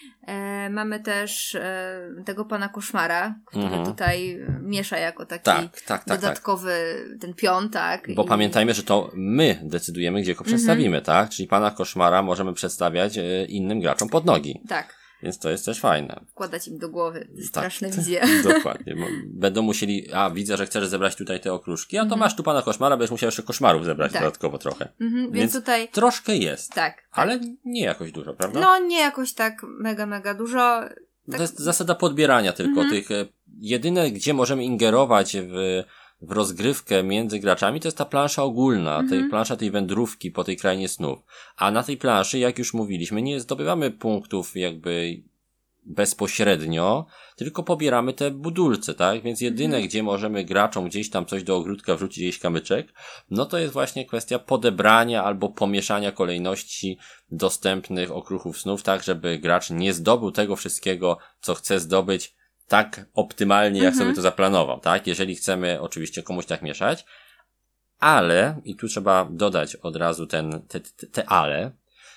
E, mamy też e, tego pana Koszmara, który mhm. tutaj miesza jako taki tak, tak, tak, dodatkowy tak. ten pion, tak? Bo I... pamiętajmy, że to my decydujemy, gdzie go przedstawimy, mhm. tak? Czyli pana Koszmara możemy przedstawiać e, innym graczom pod nogi. Tak. Więc to jest też fajne. Wkładać im do głowy straszne tak, wizje. Dokładnie. Będą musieli, a widzę, że chcesz zebrać tutaj te okruszki, a to mm-hmm. masz tu pana Koszmara, będziesz musiał jeszcze koszmarów zebrać tak. dodatkowo trochę. Mm-hmm, więc, więc tutaj troszkę jest. Tak, tak. Ale nie jakoś dużo, prawda? No nie jakoś tak mega, mega dużo. Tak. To jest zasada podbierania tylko mhm. tych, jedyne gdzie możemy ingerować w, w rozgrywkę między graczami to jest ta plansza ogólna, mhm. tej plansza tej wędrówki po tej krainie snów. A na tej planszy, jak już mówiliśmy, nie zdobywamy punktów jakby bezpośrednio, tylko pobieramy te budulce, tak? Więc jedyne, mhm. gdzie możemy graczom gdzieś tam coś do ogródka wrzucić, gdzieś kamyczek, no to jest właśnie kwestia podebrania albo pomieszania kolejności dostępnych okruchów snów, tak, żeby gracz nie zdobył tego wszystkiego, co chce zdobyć tak optymalnie, jak mhm. sobie to zaplanował, tak? Jeżeli chcemy oczywiście komuś tak mieszać, ale, i tu trzeba dodać od razu ten, te, te, te ale,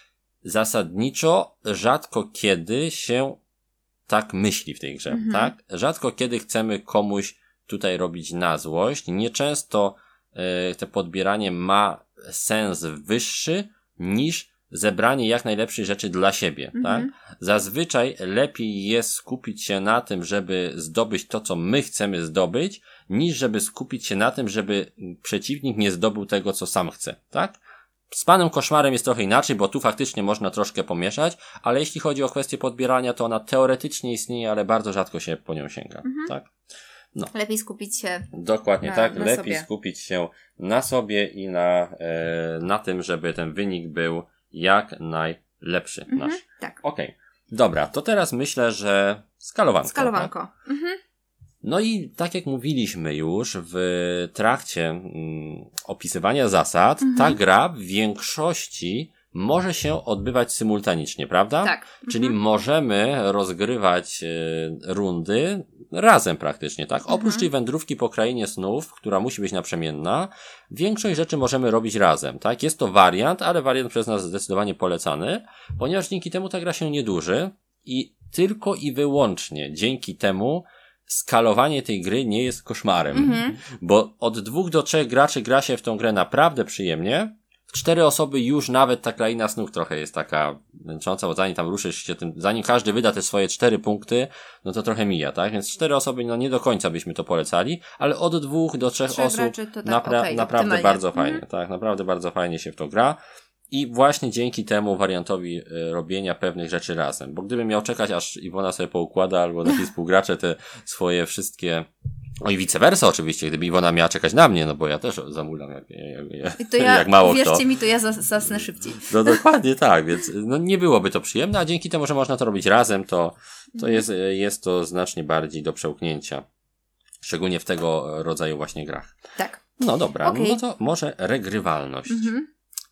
zasadniczo rzadko kiedy się tak myśli w tej grze, mhm. tak? Rzadko kiedy chcemy komuś tutaj robić na złość. Nieczęsto y, to podbieranie ma sens wyższy niż zebranie jak najlepszych rzeczy dla siebie, mhm. tak? Zazwyczaj lepiej jest skupić się na tym, żeby zdobyć to, co my chcemy zdobyć, niż żeby skupić się na tym, żeby przeciwnik nie zdobył tego, co sam chce, tak? Z Panem Koszmarem jest trochę inaczej, bo tu faktycznie można troszkę pomieszać, ale jeśli chodzi o kwestię podbierania, to ona teoretycznie istnieje, ale bardzo rzadko się po nią sięga, mhm. tak? No. Lepiej skupić się Dokładnie na, tak, na lepiej sobie. skupić się na sobie i na, e, na tym, żeby ten wynik był jak najlepszy mhm, nasz. Tak. Okej, okay. Dobra, to teraz myślę, że skalowanko. Skalowanko. Tak? Mhm. No i tak jak mówiliśmy już w trakcie mm, opisywania zasad, mhm. ta gra w większości może się odbywać symultanicznie, prawda? Tak. Czyli mhm. możemy rozgrywać y, rundy razem praktycznie, tak? Mhm. Oprócz tej wędrówki po krainie snów, która musi być naprzemienna, większość rzeczy możemy robić razem, tak? Jest to wariant, ale wariant przez nas zdecydowanie polecany, ponieważ dzięki temu ta gra się nie dłuży i tylko i wyłącznie dzięki temu skalowanie tej gry nie jest koszmarem, mm-hmm. bo od dwóch do trzech graczy gra się w tą grę naprawdę przyjemnie. W cztery osoby już nawet ta kraina snów trochę jest taka męcząca, bo zanim tam ruszysz się tym, zanim każdy wyda te swoje cztery punkty, no to trochę mija, tak? Więc cztery osoby, no nie do końca byśmy to polecali, ale od dwóch do trzech Trzy osób tak, napra- okay, naprawdę bardzo mhm. fajnie, tak? Naprawdę bardzo fajnie się w to gra. I właśnie dzięki temu wariantowi y, robienia pewnych rzeczy razem. Bo gdybym miał czekać, aż Iwona sobie poukłada, albo nasi współgracze te swoje wszystkie... O i vice versa oczywiście, gdyby Iwona miała czekać na mnie, no bo ja też zamulam jak, jak, jak, to ja, jak mało wierzcie kto. mi, to ja zas- zasnę szybciej. No dokładnie tak, więc no, nie byłoby to przyjemne, a dzięki temu, że można to robić razem, to, to jest, jest to znacznie bardziej do przełknięcia. Szczególnie w tego rodzaju właśnie grach. Tak. No dobra, okay. no to może regrywalność. Mhm.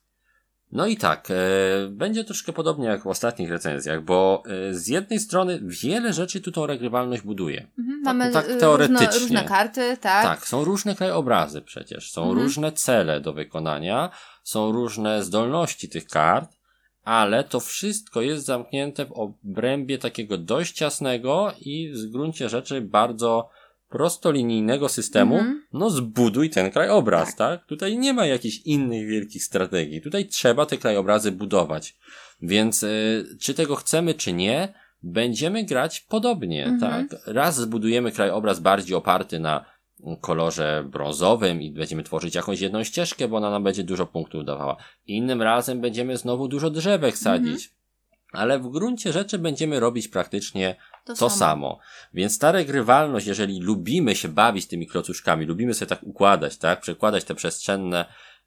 No i tak, e, będzie troszkę podobnie jak w ostatnich recenzjach, bo e, z jednej strony wiele rzeczy tu tą regrywalność buduje. Mhm, tak, mamy tak teoretycznie. Różne, różne karty, tak? Tak, są różne krajobrazy przecież, są mhm. różne cele do wykonania, są różne zdolności tych kart, ale to wszystko jest zamknięte w obrębie takiego dość ciasnego i w gruncie rzeczy bardzo prostolinijnego systemu, mm-hmm. no zbuduj ten krajobraz, tak. tak? Tutaj nie ma jakichś innych wielkich strategii. Tutaj trzeba te krajobrazy budować. Więc y, czy tego chcemy, czy nie, będziemy grać podobnie, mm-hmm. tak? Raz zbudujemy krajobraz bardziej oparty na kolorze brązowym i będziemy tworzyć jakąś jedną ścieżkę, bo ona nam będzie dużo punktów dawała. Innym razem będziemy znowu dużo drzewek sadzić. Mm-hmm. Ale w gruncie rzeczy będziemy robić praktycznie to, to samo. samo. Więc ta regrywalność, jeżeli lubimy się bawić tymi klocuszkami, lubimy sobie tak układać, tak, przekładać te przestrzenne,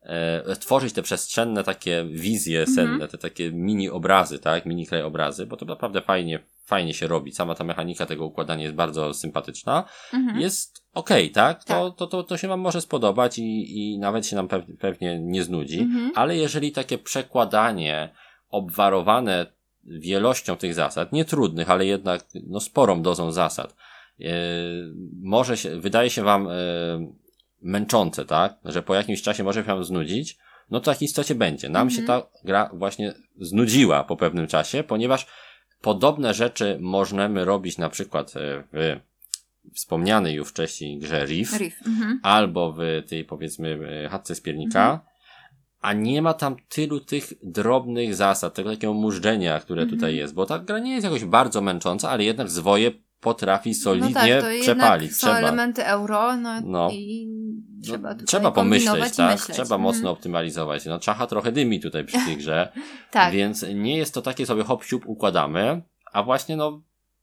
e, tworzyć te przestrzenne takie wizje senne, mm-hmm. te takie mini obrazy, tak, mini krajobrazy, bo to naprawdę fajnie, fajnie się robi. Sama ta mechanika tego układania jest bardzo sympatyczna. Mm-hmm. Jest okej, okay, tak? tak. To, to, to, to się wam może spodobać i, i nawet się nam pewnie, pewnie nie znudzi, mm-hmm. ale jeżeli takie przekładanie obwarowane wielością tych zasad, nie trudnych, ale jednak no sporą dozą zasad, yy, może się, wydaje się wam yy, męczące, tak? Że po jakimś czasie może się wam znudzić, no to tak w istocie będzie. Nam mm-hmm. się ta gra właśnie znudziła po pewnym czasie, ponieważ podobne rzeczy możemy robić na przykład w wspomnianej już wcześniej grze Reef, Reef. Mm-hmm. albo w tej powiedzmy chatce z piernika, mm-hmm. a nie ma tam tylu tych drobnych zasad, tego takiego mużdżenia, które mm-hmm. tutaj jest, bo ta gra nie jest jakoś bardzo męcząca, ale jednak zwoje potrafi solidnie no tak, to przepalić. Są trzeba. elementy euro, no, no. i trzeba, no, trzeba pomyśleć, tak? Myśleć. Trzeba mm. mocno optymalizować. No czacha trochę dymi tutaj przy tej grze, tak. więc nie jest to takie sobie hop siup układamy, a właśnie no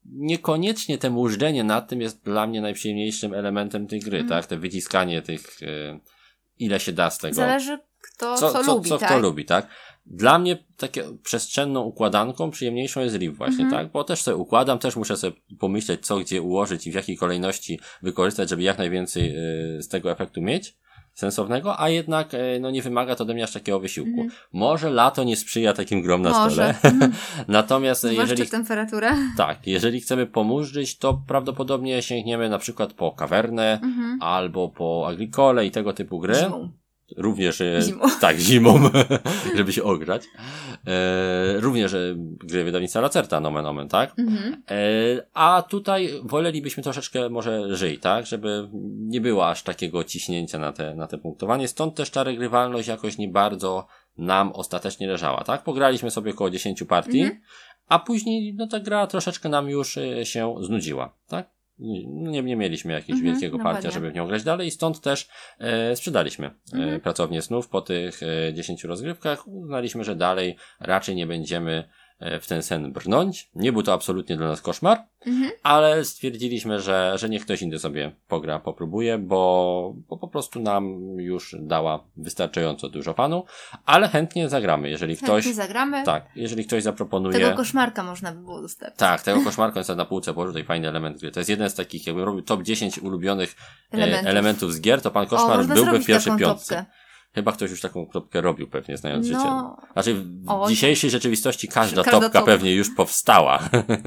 niekoniecznie te mużdżenie nad tym jest dla mnie najprzyjemniejszym elementem tej gry, mhm. tak? Te wyciskanie tych, y, ile się da z tego. Zależy kto co, co, co lubi, co tak? kto lubi, tak? Dla mnie takie przestrzenną układanką przyjemniejszą jest Riv właśnie, mhm. tak? Bo też sobie układam, też muszę sobie pomyśleć, co gdzie ułożyć i w jakiej kolejności wykorzystać, żeby jak najwięcej y, z tego efektu mieć sensownego, a jednak y, no nie wymaga to ode mnie aż takiego wysiłku. Mhm. Może lato nie sprzyja takim grom na Może. stole. Mhm. Natomiast zwłaszcza jeżeli temperatura. Tak, jeżeli chcemy pomurzyć, to prawdopodobnie sięgniemy na przykład po Kawernę mhm. albo po Agricole i tego typu gry. Zimą. Również, zimą. tak, zimą, żeby się ogrzać. E, również e, gry wydawnictwa Lacerta, nomen omen, tak? Mhm. E, a tutaj wolelibyśmy troszeczkę może lżej, tak? Żeby nie było aż takiego ciśnięcia na te, na te punktowanie. Stąd też ta regrywalność jakoś nie bardzo nam ostatecznie leżała, tak? Pograliśmy sobie około dziesięciu partii, mhm. a później no ta gra troszeczkę nam już e, się znudziła, tak? Nie, nie mieliśmy jakiegoś mhm, wielkiego parcia, ładnie. Żeby w nią grać dalej i stąd też e, sprzedaliśmy mhm. e, pracownię snów po tych e, dziesięciu rozgrywkach. Uznaliśmy, że dalej raczej nie będziemy e, w ten sen brnąć. Nie był to absolutnie dla nas koszmar, mhm. ale stwierdziliśmy, że, że niech ktoś inny sobie pogra, popróbuje, bo, bo po prostu nam już dała wystarczająco dużo fanu, ale chętnie zagramy, jeżeli chętnie ktoś... zagramy. Tak, jeżeli ktoś zaproponuje... Tego koszmarka można by było dostać. Tak, tego koszmarka jest na półce położył, tutaj fajny element gry. To jest jeden z takich, jakbym robił top dziesięć ulubionych elementów, e, elementów z gier, to pan koszmar o, byłby w pierwszej piątce. Topkę. Chyba ktoś już taką topkę robił pewnie, znając no, życie. Znaczy w o, dzisiejszej rzeczywistości każda, każda topka top. pewnie już powstała.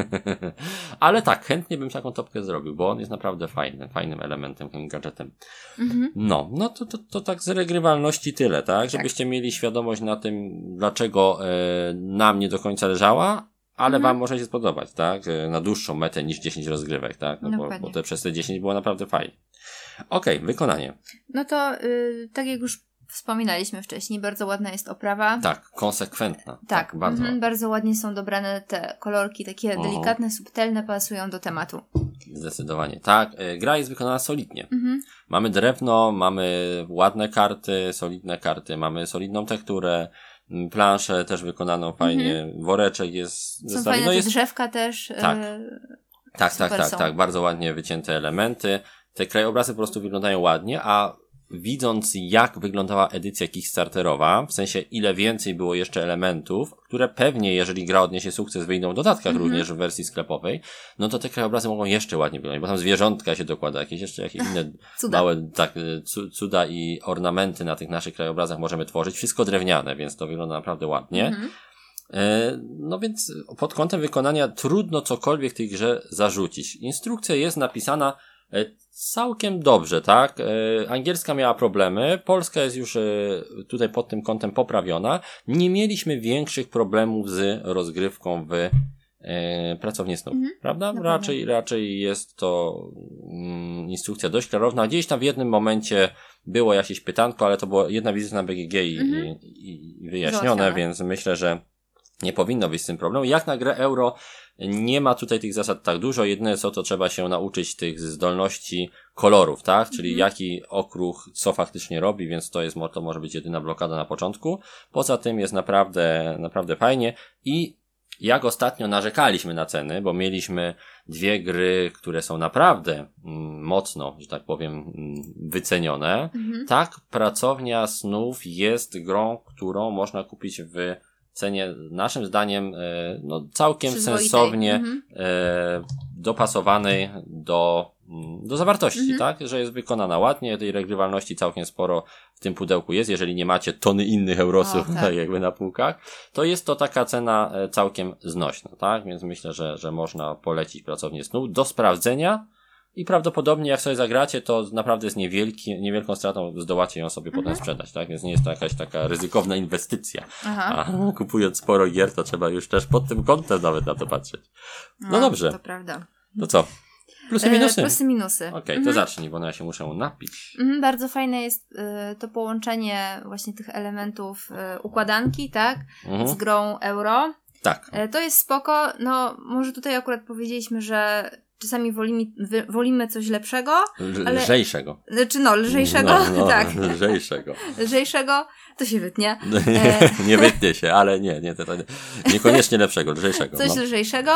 Ale tak, chętnie bym taką topkę zrobił, bo on jest naprawdę fajny, fajnym elementem, tym gadżetem. Mhm. No, no to, to, to tak z regrywalności tyle, tak? Żebyście tak. mieli świadomość na tym, dlaczego e, nam nie do końca leżała, ale mhm. wam może się spodobać, tak? Na dłuższą metę niż dziesięć rozgrywek, tak? No bo, bo te przez te dziesięć było naprawdę fajnie. Okej, okay, wykonanie. No to yy, tak jak już wspominaliśmy wcześniej, bardzo ładna jest oprawa. Tak, konsekwentna. Tak, tak bardzo. Mm, bardzo ładnie są dobrane te kolorki, takie o. delikatne, subtelne, pasują do tematu. Zdecydowanie, tak. Gra jest wykonana solidnie. Mhm. Mamy drewno, mamy ładne karty, solidne karty, mamy solidną tekturę, planszę też wykonaną fajnie, mhm. woreczek jest... Są fajne no jest... drzewka też. Tak, e... tak, tak, tak, tak, bardzo ładnie wycięte elementy. Te krajobrazy po prostu wyglądają ładnie, a widząc jak wyglądała edycja Kickstarterowa, w sensie ile więcej było jeszcze elementów, które pewnie, jeżeli gra odniesie sukces, wyjdą w dodatkach mm-hmm. również w wersji sklepowej, no to te krajobrazy mogą jeszcze ładniej wyglądać, bo tam zwierzątka się dokłada, jakieś jeszcze jakieś inne małe tak, cuda i ornamenty na tych naszych krajobrazach możemy tworzyć. Wszystko drewniane, więc to wygląda naprawdę ładnie. Mm-hmm. No więc pod kątem wykonania trudno cokolwiek tej grze zarzucić. Instrukcja jest napisana całkiem dobrze, tak? Angielska miała problemy, polska jest już tutaj pod tym kątem poprawiona. Nie mieliśmy większych problemów z rozgrywką w e, pracowni snów, mhm, prawda? Raczej, raczej jest to mm, instrukcja dość klarowna. Gdzieś tam w jednym momencie było jakieś pytanko, ale to była jedna wizyta na B G G i, mhm. i, i wyjaśnione, Załatwione. Więc myślę, że nie powinno być z tym problemu. Jak na grę euro nie ma tutaj tych zasad tak dużo. Jedyne co, to trzeba się nauczyć tych zdolności kolorów, tak? Czyli mm. jaki okruch co faktycznie robi, więc to jest, to może być jedyna blokada na początku. Poza tym jest naprawdę, naprawdę fajnie i jak ostatnio narzekaliśmy na ceny, bo mieliśmy dwie gry, które są naprawdę mm, mocno, że tak powiem, mm, wycenione, mm-hmm. tak Pracownia Snów jest grą, którą można kupić w cenie, naszym zdaniem, e, no całkiem sensownie mhm. e, dopasowanej do, do zawartości, mhm. tak? Że jest wykonana ładnie, tej regrywalności całkiem sporo w tym pudełku jest, jeżeli nie macie tony innych eurosów, o, tak. tak jakby na półkach, to jest to taka cena całkiem znośna, tak? Więc myślę, że, że można polecić Pracownię Snów do sprawdzenia. I prawdopodobnie jak sobie zagracie, to naprawdę jest niewielki, niewielką stratą zdołacie ją sobie mhm. potem sprzedać, tak? Więc nie jest to jakaś taka ryzykowna inwestycja. Aha. A kupując sporo gier, to trzeba już też pod tym kątem nawet na to patrzeć. No, no dobrze. To prawda. To co? Plusy, minusy? E, plusy, minusy. Okej, okay, mhm. to zacznij, bo no ja się muszę napić. Mhm, bardzo fajne jest y, to połączenie właśnie tych elementów y, układanki, tak? Mhm. Z grą euro. Tak. E, to jest spoko. No, może tutaj akurat powiedzieliśmy, że czasami wolimy, wy, wolimy coś lepszego, ale... Lżejszego. Znaczy no, lżejszego, no, no, tak. Lżejszego. Lżejszego, to się wytnie. nie, nie wytnie się, ale nie, nie, to, to, niekoniecznie lepszego, lżejszego. Coś no. lżejszego,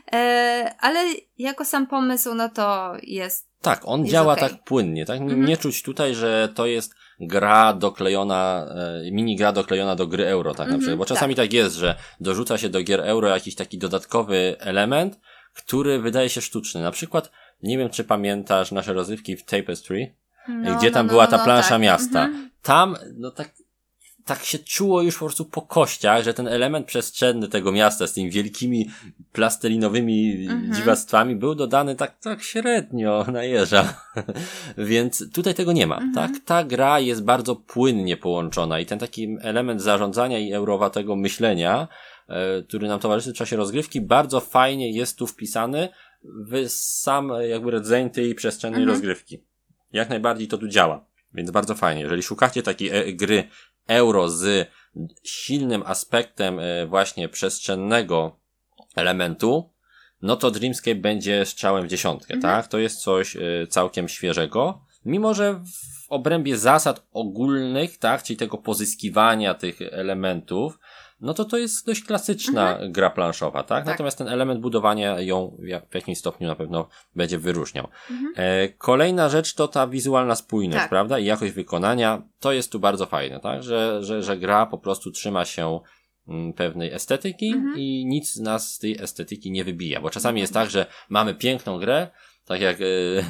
e, ale jako sam pomysł, no to jest Tak, on jest działa okay. tak płynnie, tak? Nie, mhm. nie czuć tutaj, że to jest gra doklejona, e, mini gra doklejona do gry euro, tak? Na mhm, przykład, bo czasami tak. tak jest, że dorzuca się do gier euro jakiś taki dodatkowy element, który wydaje się sztuczny. Na przykład, nie wiem, czy pamiętasz nasze rozrywki w Tapestry, no, gdzie tam no, była ta no, plansza tak. miasta. Mhm. Tam, no tak, tak się czuło już po prostu po kościach, że ten element przestrzenny tego miasta z tymi wielkimi plastelinowymi mhm. dziwactwami był dodany tak, tak średnio na jeża. Więc tutaj tego nie ma. Mhm. Tak? Ta gra jest bardzo płynnie połączona i ten taki element zarządzania i eurowatego myślenia, e, który nam towarzyszy w czasie rozgrywki, bardzo fajnie jest tu wpisany w sam jakby rdzeń tej przestrzennej mhm. rozgrywki. Jak najbardziej to tu działa. Więc bardzo fajnie. Jeżeli szukacie takiej e- gry euro z silnym aspektem e, właśnie przestrzennego elementu, no to Dreamscape będzie strzałem w dziesiątkę, mhm. tak? To jest coś e, całkiem świeżego. Mimo że w obrębie zasad ogólnych, tak? Czyli tego pozyskiwania tych elementów, no to to jest dość klasyczna mhm. gra planszowa, tak? tak? Natomiast ten element budowania ją w jakimś stopniu na pewno będzie wyróżniał. Mhm. E, kolejna rzecz to ta wizualna spójność, tak. prawda? I jakość wykonania, to jest tu bardzo fajne, tak? Że, że, że gra po prostu trzyma się m, pewnej estetyki mhm. i nic nas z tej estetyki nie wybija, bo czasami mhm. jest tak, że mamy piękną grę, tak jak e,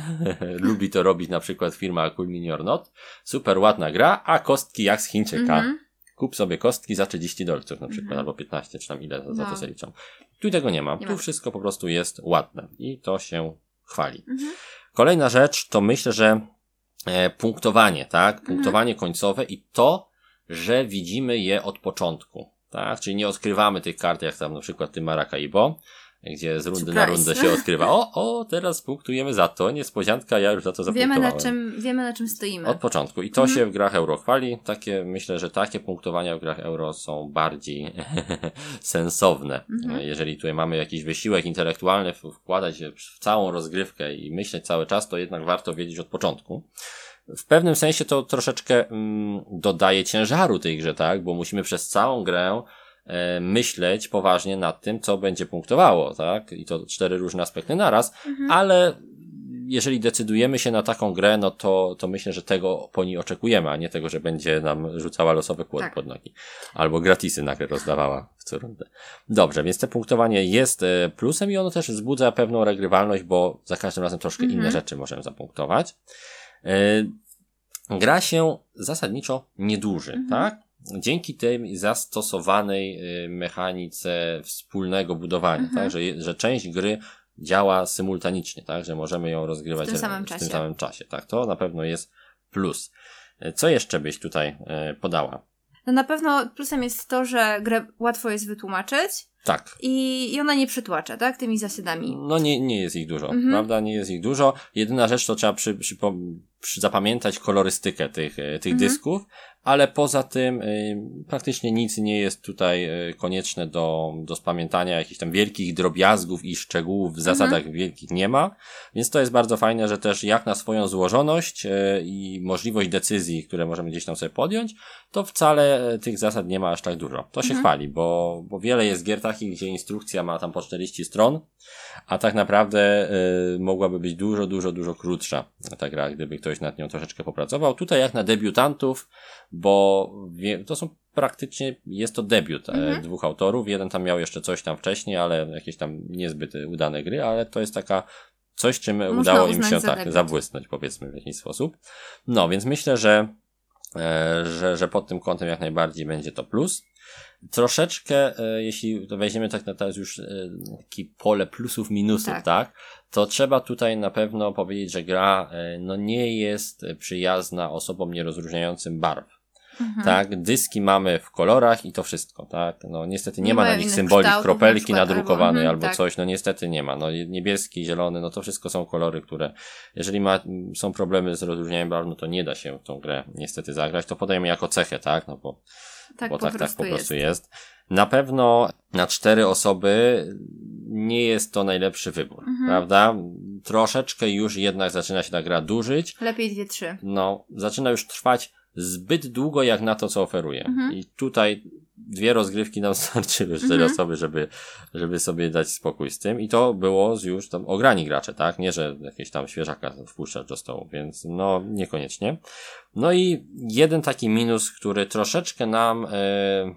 lubi to robić na przykład firma Cool Mini or Not, super ładna gra, a kostki jak z Chińczyka. Mhm. Kup sobie kostki za trzydzieści dolców na przykład, mhm. albo piętnaście, czy tam ile za, za no. to sobie liczą. Tu tego nie ma. Nie tu ma. Wszystko po prostu jest ładne i to się chwali. Mhm. Kolejna rzecz to myślę, że e, punktowanie, tak? Punktowanie mhm. końcowe i to, że widzimy je od początku, tak? Czyli nie odkrywamy tych kart, jak tam na przykład tym Maracaibo, gdzie z rundy Surprise. na rundę się odkrywa. O, o, teraz punktujemy za to. Niespodzianka, ja już za to zapunktowałem. Wiemy na czym, wiemy na czym stoimy. Od początku. I to mhm. się w grach euro chwali. Takie, myślę, że takie punktowania w grach euro są bardziej sensowne. Mhm. Jeżeli tutaj mamy jakiś wysiłek intelektualny, wkładać się w całą rozgrywkę i myśleć cały czas, to jednak warto wiedzieć od początku. W pewnym sensie to troszeczkę mm, dodaje ciężaru tej grze, tak? Bo musimy przez całą grę myśleć poważnie nad tym, co będzie punktowało, tak? I to cztery różne aspekty naraz, mhm. ale jeżeli decydujemy się na taką grę, no to, to myślę, że tego po niej oczekujemy, a nie tego, że będzie nam rzucała losowe kłody tak. pod nogi. Albo gratisy nagle rozdawała w co rundę. Dobrze, więc to punktowanie jest plusem i ono też wzbudza pewną regrywalność, bo za każdym razem troszkę mhm. inne rzeczy możemy zapunktować. Gra się zasadniczo nie dłuży, mhm. tak? Dzięki tej zastosowanej mechanice wspólnego budowania, mhm. tak, że, że część gry działa symultanicznie, tak, że możemy ją rozgrywać w tym samym, w czasie. tym samym czasie, tak, to na pewno jest plus. Co jeszcze byś tutaj podała? No na pewno plusem jest to, że grę łatwo jest wytłumaczyć. Tak. I, i ona nie przytłacza, tak? Tymi zasadami. No nie, nie jest ich dużo, mhm. prawda? Nie jest ich dużo. Jedyna rzecz to trzeba przy, przy, przy zapamiętać kolorystykę tych, tych mhm. dysków, ale poza tym y, praktycznie nic nie jest tutaj y, konieczne do, do spamiętania. Jakichś tam wielkich drobiazgów i szczegółów w zasadach mhm. wielkich nie ma. Więc to jest bardzo fajne, że też jak na swoją złożoność y, i możliwość decyzji, które możemy gdzieś tam sobie podjąć, to wcale y, tych zasad nie ma aż tak dużo. To się mhm. chwali, bo, bo wiele jest gier takich, gdzie instrukcja ma tam po czterdzieści stron, a tak naprawdę y, mogłaby być dużo, dużo, dużo krótsza ta gra, gdyby ktoś nad nią troszeczkę popracował. Tutaj jak na debiutantów, bo wie, to są praktycznie, jest to debiut mhm. e, dwóch autorów. Jeden tam miał jeszcze coś tam wcześniej, ale jakieś tam niezbyt udane gry, ale to jest taka coś, czym Można udało im się za tak zabłysnąć, powiedzmy w jakiś sposób. No, więc myślę, że, e, że, że pod tym kątem jak najbardziej będzie to plus. Troszeczkę, e, jeśli to weźmiemy tak na teraz już e, taki pole plusów, minusów, tak. tak, to trzeba tutaj na pewno powiedzieć, że gra e, no nie jest przyjazna osobom nierozróżniającym barw. mhm. tak, dyski mamy w kolorach i to wszystko, tak, no niestety nie, nie ma na nich symboli, kropelki na nadrukowanej albo, albo tak. coś, no niestety nie ma, no niebieski, zielony, no to wszystko są kolory, które, jeżeli ma, są problemy z rozróżnianiem barw, no to nie da się w tą grę niestety zagrać, to podajemy jako cechę, tak, no bo, tak, bo po tak, tak po prostu jest. jest. Na pewno na cztery osoby nie jest to najlepszy wybór, mhm. prawda? Troszeczkę już jednak zaczyna się ta gra dłużyć. Lepiej dwie, trzy. No, zaczyna już trwać zbyt długo jak na to, co oferuje. Mhm. I tutaj dwie rozgrywki nam starczyły, cztery mhm. osoby, żeby, żeby sobie dać spokój z tym. I to było już tam ograni gracze, tak? Nie, że jakieś tam świeżaka wpuszczać do stołu, więc no, niekoniecznie. No i jeden taki minus, który troszeczkę nam... Yy,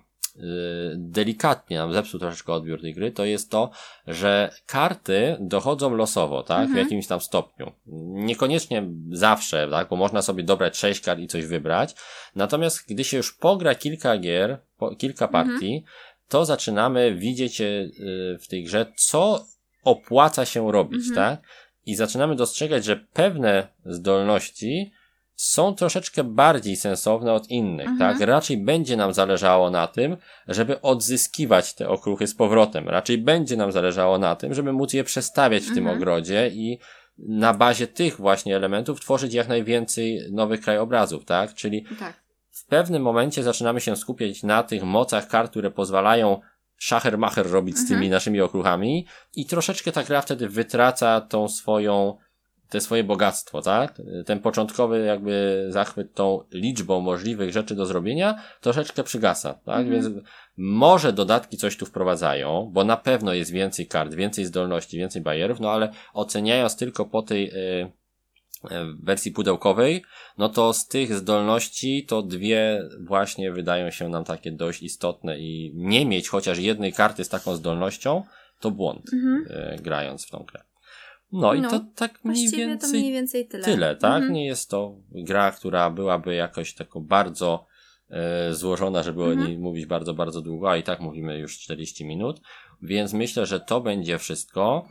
delikatnie nam zepsuł troszeczkę odbiór tej gry, to jest to, że karty dochodzą losowo, tak, mhm. w jakimś tam stopniu. Niekoniecznie zawsze, tak, bo można sobie dobrać sześć kart i coś wybrać, natomiast gdy się już pogra kilka gier, po, kilka partii, mhm. to zaczynamy widzieć w tej grze, co opłaca się robić, mhm. tak, i zaczynamy dostrzegać, że pewne zdolności są troszeczkę bardziej sensowne od innych, mhm. tak? Raczej będzie nam zależało na tym, żeby odzyskiwać te okruchy z powrotem. Raczej będzie nam zależało na tym, żeby móc je przestawiać w mhm. tym ogrodzie i na bazie tych właśnie elementów tworzyć jak najwięcej nowych krajobrazów, tak? Czyli tak. w pewnym momencie zaczynamy się skupiać na tych mocach kart, które pozwalają szacher-macher robić mhm. z tymi naszymi okruchami i troszeczkę ta gra wtedy wytraca tą swoją te swoje bogactwo, tak? Ten początkowy jakby zachwyt tą liczbą możliwych rzeczy do zrobienia troszeczkę przygasa, tak? Mhm. Więc może dodatki coś tu wprowadzają, bo na pewno jest więcej kart, więcej zdolności, więcej barierów, no ale oceniając tylko po tej y, y, wersji pudełkowej, no to z tych zdolności to dwie właśnie wydają się nam takie dość istotne i nie mieć chociaż jednej karty z taką zdolnością to błąd, mhm. y, grając w tą grę. No i no, to tak mniej więcej, to mniej więcej tyle. Tyle, tak? Mhm. Nie jest to gra, która byłaby jakoś taką bardzo e, złożona, żeby mhm. o niej mówić bardzo, bardzo długo, a i tak mówimy już czterdzieści minut, więc myślę, że to będzie wszystko.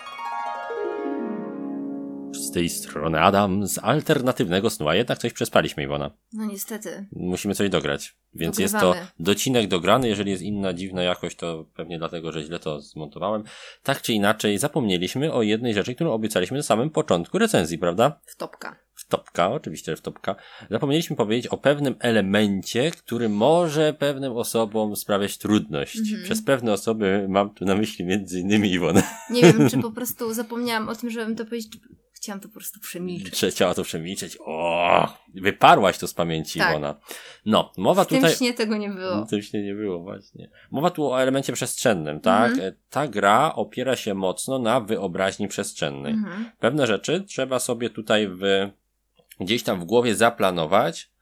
Z tej strony Adam z alternatywnego snu, a jednak coś przespaliśmy, Iwona. No niestety. Musimy coś dograć, więc Dogrywamy. Jest to docinek dograny, jeżeli jest inna dziwna jakość, to pewnie dlatego, że źle to zmontowałem. Tak czy inaczej, zapomnieliśmy o jednej rzeczy, którą obiecaliśmy na samym początku recenzji, prawda? Wtopka. Wtopka, oczywiście wtopka. Zapomnieliśmy powiedzieć o pewnym elemencie, który może pewnym osobom sprawiać trudność. Mhm. Przez pewne osoby mam tu na myśli między innymi Iwonę. Nie wiem, czy po prostu zapomniałam o tym, żebym to powiedzieć. Chciałam to po prostu przemilczeć. Chciała to przemilczeć. O, wyparłaś to z pamięci, tak. Iwona. No, mowa w tutaj... W tym śnie tego nie było. W tym śnie nie było, właśnie. Mowa tu o elemencie przestrzennym, tak? Mhm. Ta gra opiera się mocno na wyobraźni przestrzennej. Mhm. Pewne rzeczy trzeba sobie tutaj w, gdzieś tam w głowie zaplanować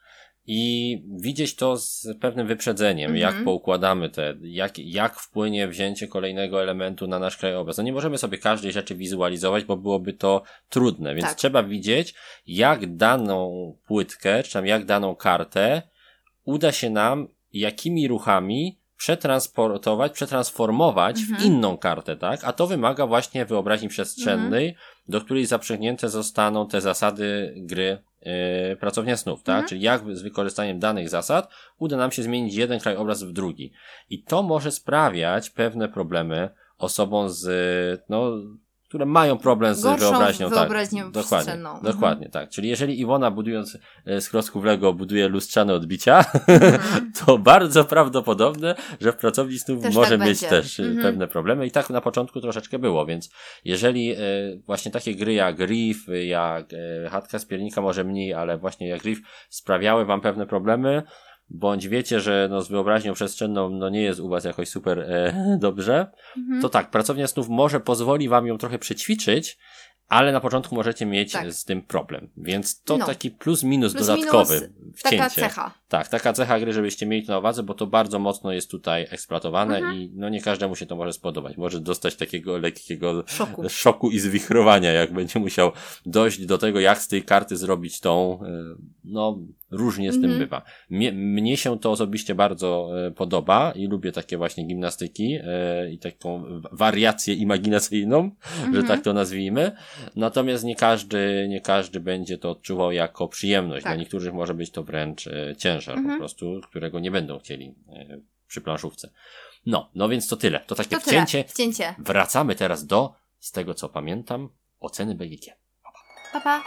i widzieć to z pewnym wyprzedzeniem, mhm. jak poukładamy te, jak, jak wpłynie wzięcie kolejnego elementu na nasz krajobraz. No nie możemy sobie każdej rzeczy wizualizować, bo byłoby to trudne, więc tak. trzeba widzieć, jak daną płytkę, czy tam jak daną kartę uda się nam jakimi ruchami przetransportować, przetransformować mhm. w inną kartę, tak? A to wymaga właśnie wyobraźni przestrzennej, mhm. do której zaprzęgnięte zostaną te zasady gry Yy, pracownia snów, tak? Mhm. Czyli jak z wykorzystaniem danych zasad uda nam się zmienić jeden krajobraz w drugi. I to może sprawiać pewne problemy osobom z, no, które mają problem z Gorszą wyobraźnią. wyobraźnią tak, dokładnie, mhm. dokładnie, tak. Czyli jeżeli Iwona budując z klocków Lego buduje lustrzane odbicia, mhm. to bardzo prawdopodobne, że w pracowni snów też może tak mieć będzie. też mhm. pewne problemy i tak na początku troszeczkę było, więc jeżeli e, właśnie takie gry jak Riff, jak e, Chatka z Piernika może mniej, ale właśnie jak Riff sprawiały wam pewne problemy, bądź wiecie, że no z wyobraźnią przestrzenną no nie jest u was jakoś super e, dobrze, mhm. to tak, pracownia snów może pozwoli wam ją trochę przećwiczyć, ale na początku możecie mieć tak. z tym problem. Więc to no. taki plus minus plus dodatkowy minus, wcięcie. Taka cecha. Tak, taka cecha gry, żebyście mieli to na uwadze, bo to bardzo mocno jest tutaj eksploatowane mhm. i no nie każdemu się to może spodobać. Może dostać takiego lekkiego szoku, szoku i zwichrowania, jak będzie musiał dojść do tego, jak z tej karty zrobić tą, no różnie z mm-hmm. tym bywa. Mnie, mnie się to osobiście bardzo e, podoba i lubię takie właśnie gimnastyki e, i taką wariację imaginacyjną, mm-hmm. że tak to nazwijmy. Natomiast nie każdy, nie każdy będzie to odczuwał jako przyjemność. Tak. Dla niektórych może być to wręcz e, ciężar mm-hmm. po prostu, którego nie będą chcieli e, przy planszówce. No, no więc to tyle. To takie to wcięcie. wcięcie. Wracamy teraz do, z tego co pamiętam, oceny B G G. Pa, pa. pa, pa.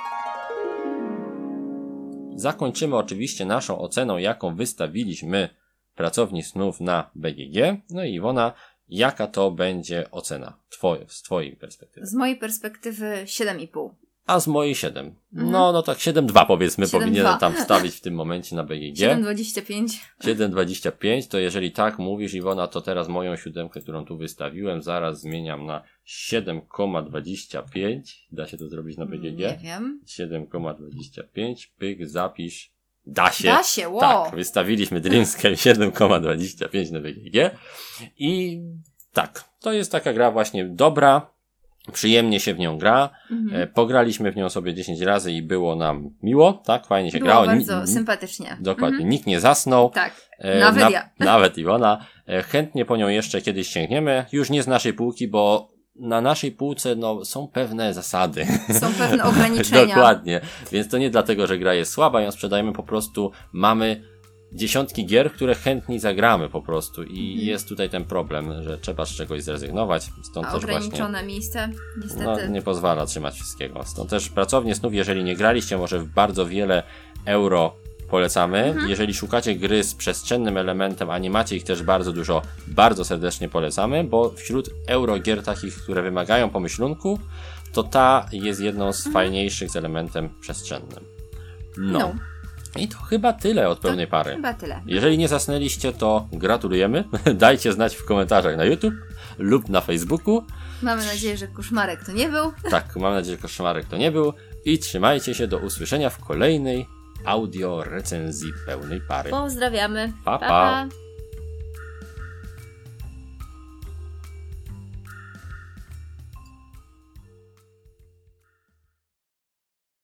Zakończymy oczywiście naszą oceną, jaką wystawiliśmy Pracowni Snów na B G G. No i Iwona, jaka to będzie ocena twoje, z twojej perspektywy? Z mojej perspektywy siedem i pół. A z mojej siedem. Mhm. No, no tak siedem dwa powiedzmy siedem powinienem dwa. tam wstawić w tym momencie na B G G. siedem dwadzieścia pięć. siedem dwadzieścia pięć, to jeżeli tak mówisz, Iwona, to teraz moją siódemkę, którą tu wystawiłem, zaraz zmieniam na siedem dwadzieścia pięć. Da się to zrobić na B G G? Nie wiem. siedem dwadzieścia pięć, pyk, zapisz. Da się. Da się, wow. Tak, wystawiliśmy Dreamscape siedem dwadzieścia pięć na B G G. I tak, to jest taka gra właśnie dobra. Przyjemnie się w nią gra. Mhm. Pograliśmy w nią sobie dziesięć razy i było nam miło, tak? Fajnie się było grało. bardzo Ni- sympatycznie. Dokładnie. Mhm. Nikt nie zasnął. Tak. Nawet Na- ja. Nawet Iwona. Chętnie po nią jeszcze kiedyś sięgniemy. Już nie z naszej półki, bo na naszej półce no, są pewne zasady. Są pewne ograniczenia. Dokładnie. Więc to nie dlatego, że gra jest słaba, ją sprzedajemy, po prostu mamy dziesiątki gier, które chętnie zagramy po prostu i mhm. jest tutaj ten problem, że trzeba z czegoś zrezygnować. Stąd A też ograniczone właśnie, miejsce niestety no, nie pozwala trzymać wszystkiego. Stąd też Pracownie Snów, jeżeli nie graliście, może w bardzo wiele euro polecamy. Mhm. Jeżeli szukacie gry z przestrzennym elementem, a nie macie ich też bardzo dużo, bardzo serdecznie polecamy, bo wśród eurogier takich, które wymagają pomyślunku, to ta jest jedną z mhm. fajniejszych z elementem przestrzennym. No. no. I to chyba tyle od pełnej to pary. Chyba tyle. Jeżeli nie zasnęliście, to gratulujemy. Dajcie znać w komentarzach na YouTube lub na Facebooku. Mamy nadzieję, że koszmarek to nie był. Tak, mam nadzieję, że koszmarek to nie był. I trzymajcie się, do usłyszenia w kolejnej audio recenzji pełnej pary. Pozdrawiamy. Pa, pa. pa, pa.